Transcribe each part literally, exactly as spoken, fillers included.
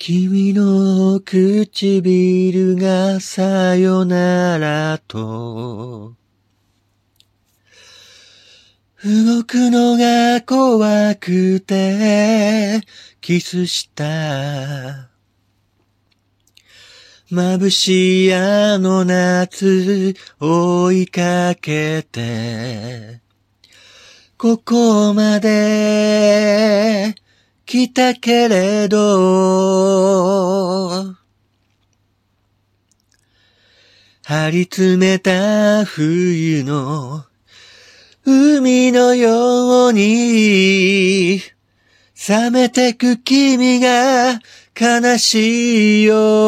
君の唇がさよならと動くのが怖くてキスした眩しいあの夏追いかけてここまで来たけれど張り詰めた冬の海のように冷めてく君が悲しい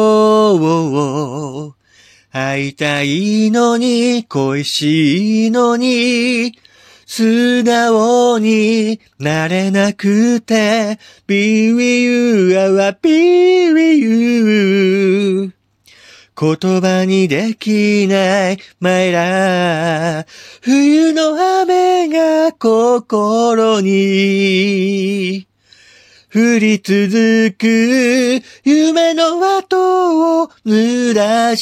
よ会いたいのに恋しいのに素直になれなくて Be with you, I will be with you 言葉にできない My love 冬の雨が心に降り続く夢の跡を濡ら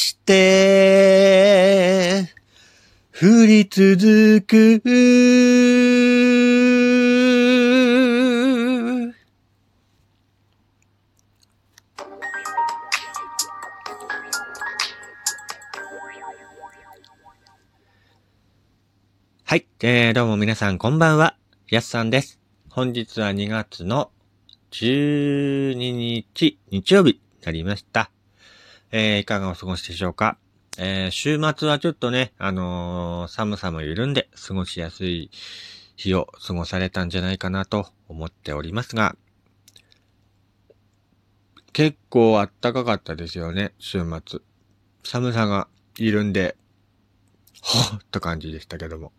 して降り続くはい、えー、どうも皆さんこんばんは、やすさんです。本日はにがつのじゅうににち日曜日になりました。えー、いかがお過ごしでしょうか。えー、週末はちょっとね、あのー、寒さも緩んで過ごしやすい日を過ごされたんじゃないかなと思っておりますが、結構あったかかったですよね、週末。寒さが緩んで、ほーっと感じでしたけども。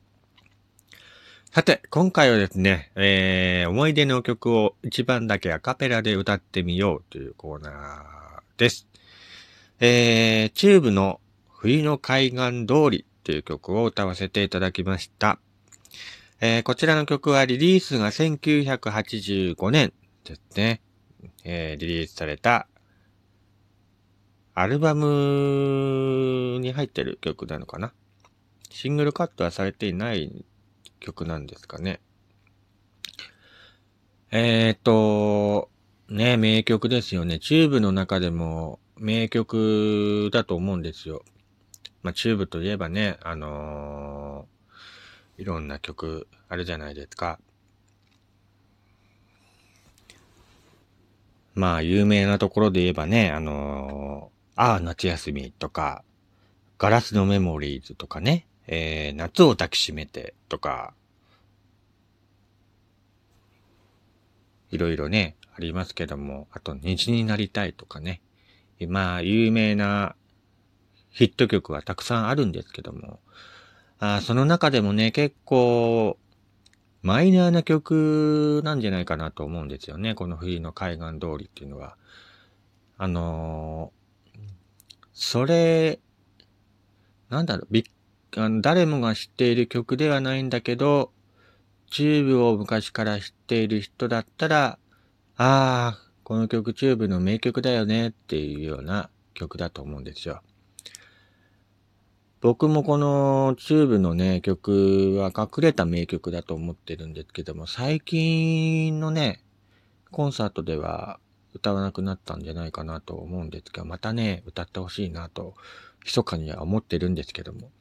さて、今回はですね、えー、思い出の曲を一番だけアカペラで歌ってみようというコーナーです。えー、チューブの冬の海岸通りという曲を歌わせていただきました。えー、こちらの曲はリリースがせんきゅうひゃくはちじゅうごねんですね。えー、リリースされたアルバムに入ってる曲なのかな。シングルカットはされていない曲なんですかね。えーと、ね、名曲ですよね。チューブの中でも名曲だと思うんですよ。まあ、チューブといえばね、あのー、いろんな曲あるじゃないですか。まあ、有名なところで言えばね、あのー、ああ、夏休みとか、ガラスのメモリーズとかね、えー、夏を抱きしめてとか、いろいろね、ありますけども、あと、虹になりたいとかね。まあ、有名なヒット曲はたくさんあるんですけども、あその中でもね、結構、マイナーな曲なんじゃないかなと思うんですよね。この冬の海岸通りっていうのは。あのー、それ、なんだろう、びあの誰もが知っている曲ではないんだけど、チューブを昔から知っている人だったら、ああ、この曲チューブの名曲だよねっていうような曲だと思うんですよ。僕もこのチューブのね、曲は隠れた名曲だと思ってるんですけども、最近のね、コンサートでは歌わなくなったんじゃないかなと思うんですが、またね、歌ってほしいなと、密かには思ってるんですけども。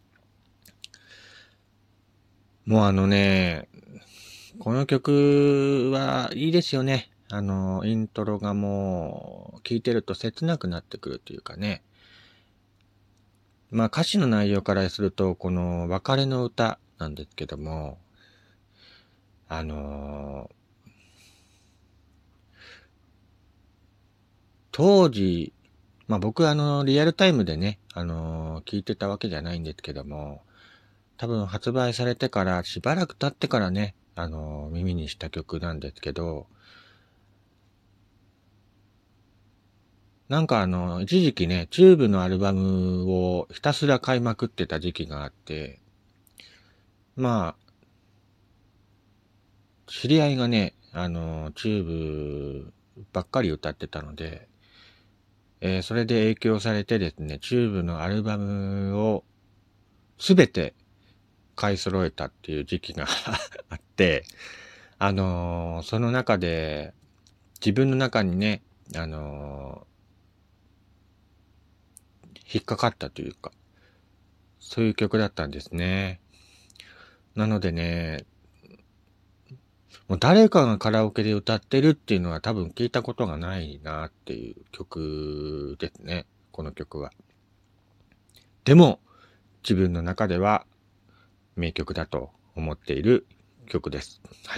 もうあのね、この曲はいいですよね。あの、イントロがもう、聴いてると切なくなってくるというかね。まあ歌詞の内容からすると、この別れの歌なんですけども、あのー、当時、まあ僕はあの、リアルタイムでね、あのー、聞いてたわけじゃないんですけども、多分発売されてから、しばらく経ってからね、あのー、耳にした曲なんですけど、なんかあの、一時期ね、チューブのアルバムをひたすら買いまくってた時期があって、まあ、知り合いがね、あの、チューばっかり歌ってたので、えー、それで影響されてですね、チューブのアルバムをすべて買い揃えたっていう時期があって、あのー、その中で自分の中にね、あのー、引っかかったというか、そういう曲だったんですね。なのでね、もう誰かがカラオケで歌ってるっていうのは多分聞いたことがないなっていう曲ですね。この曲は。でも、自分の中では名曲だと思っている曲です。はい。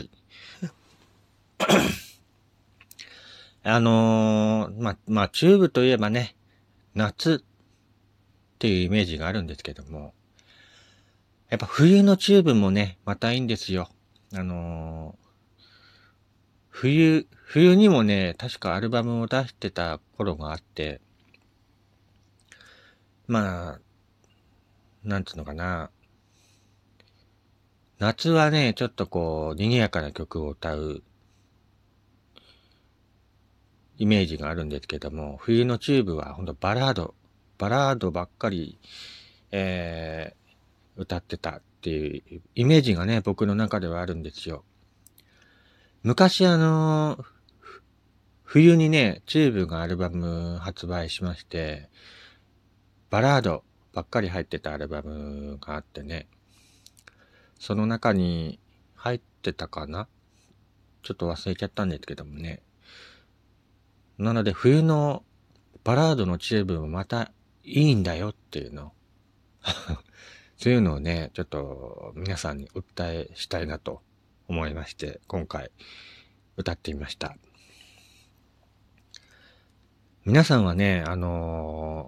あのー、ま、まあ、チューブといえばね、夏っていうイメージがあるんですけども、やっぱ冬のチューブもね、またいいんですよ。あのー、冬、冬にもね、確かアルバムを出してた頃があって、まあ、なんつうのかな。夏はね、ちょっとこう、賑やかな曲を歌うイメージがあるんですけども、冬のチューブはほんとバラード、バラードばっかり、えー、歌ってたっていうイメージがね、僕の中ではあるんですよ。昔あの、冬にね、チューブがアルバム発売しまして、バラードばっかり入ってたアルバムがあってね、その中に入ってたかな？ちょっと忘れちゃったんですけどもね。なので冬のバラードのチューブもまたいいんだよっていうの。そういうのをね、ちょっと皆さんに訴えしたいなと思いまして、今回歌ってみました。皆さんはね、あの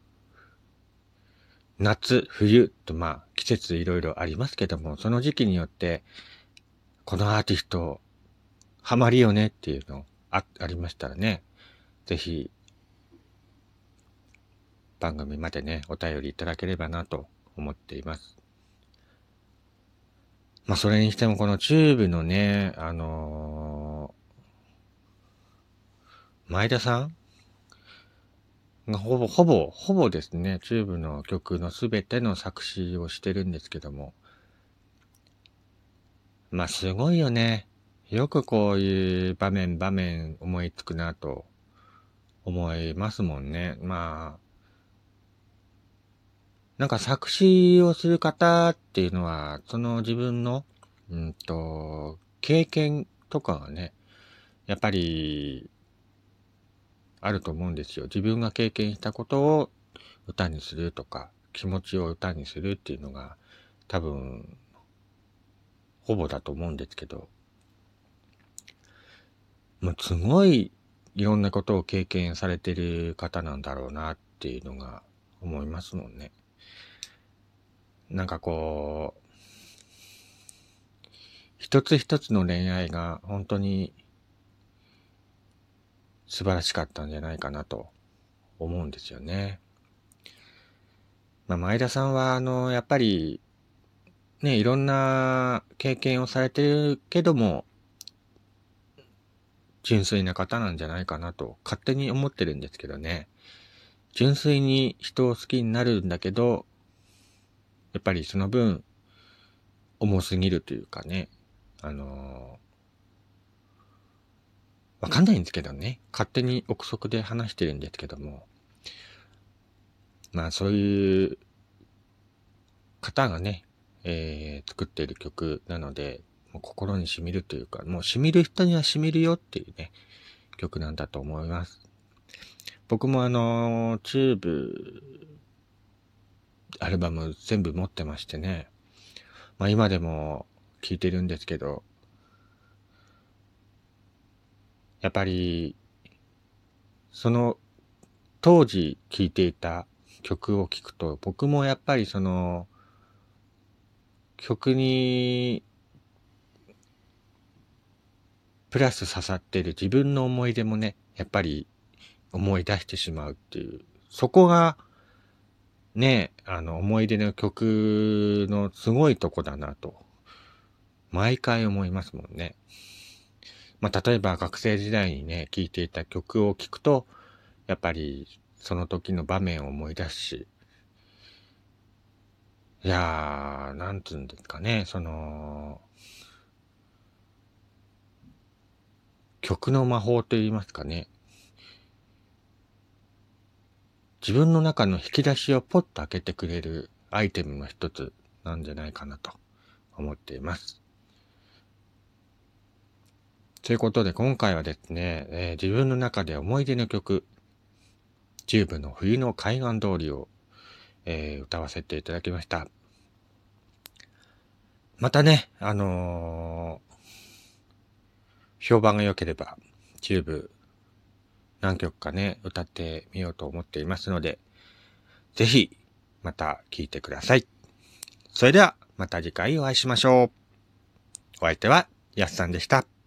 ー、夏、冬とまあ季節いろいろありますけども、その時期によってこのアーティストハマりよねっていうのあ、ありましたらね、ぜひ番組までね、お便りいただければなと思っています。まあそれにしてもこのチューブのね、あのー、前田さんがほぼ、ほぼ、ほぼですね、チューブの曲のすべての作詞をしてるんですけども、まあすごいよね。よくこういう場面場面思いつくなと思いますもんね。まあ、なんか作詞をする方っていうのは、その自分の、うんと、経験とかがね、やっぱりあると思うんですよ。自分が経験したことを歌にするとか、気持ちを歌にするっていうのが多分、ほぼだと思うんですけど、もうすごいいろんなことを経験されてる方なんだろうなっていうのが思いますもんね。なんかこう、一つ一つの恋愛が本当に素晴らしかったんじゃないかなと思うんですよね。まあ、前田さんは、あの、やっぱり、ね、いろんな経験をされてるけども、純粋な方なんじゃないかなと勝手に思ってるんですけどね。純粋に人を好きになるんだけど、やっぱりその分、重すぎるというかね。あのー、わかんないんですけどね。勝手に憶測で話してるんですけども。まあそういう方がね、えー、作っている曲なので、もう心に染みるというか、もう染みる人には染みるよっていうね、曲なんだと思います。僕もあのー、チューブ、アルバム全部持ってましてね。まあ今でも聴いてるんですけど、やっぱり、その当時聴いていた曲を聴くと、僕もやっぱりその曲にプラス刺さっている自分の思い出もね、やっぱり思い出してしまうっていう、そこがね、あの思い出の曲のすごいとこだなと、毎回思いますもんね。 まあ、例えば学生時代にね、聴いていた曲を聴くと、やっぱりその時の場面を思い出すし、いやー、なんつうんですかね、その、曲の魔法と言いますかね。自分の中の引き出しをポッと開けてくれるアイテムの一つなんじゃないかなと思っています。ということで今回はですね、えー、自分の中で思い出の曲、チューブの冬の海岸通りを、えー、歌わせていただきました。またね、あのー、評判が良ければ、チューブ何曲かね、歌ってみようと思っていますので、ぜひ、また聴いてください。それでは、また次回お会いしましょう。お相手は、やすさんでした。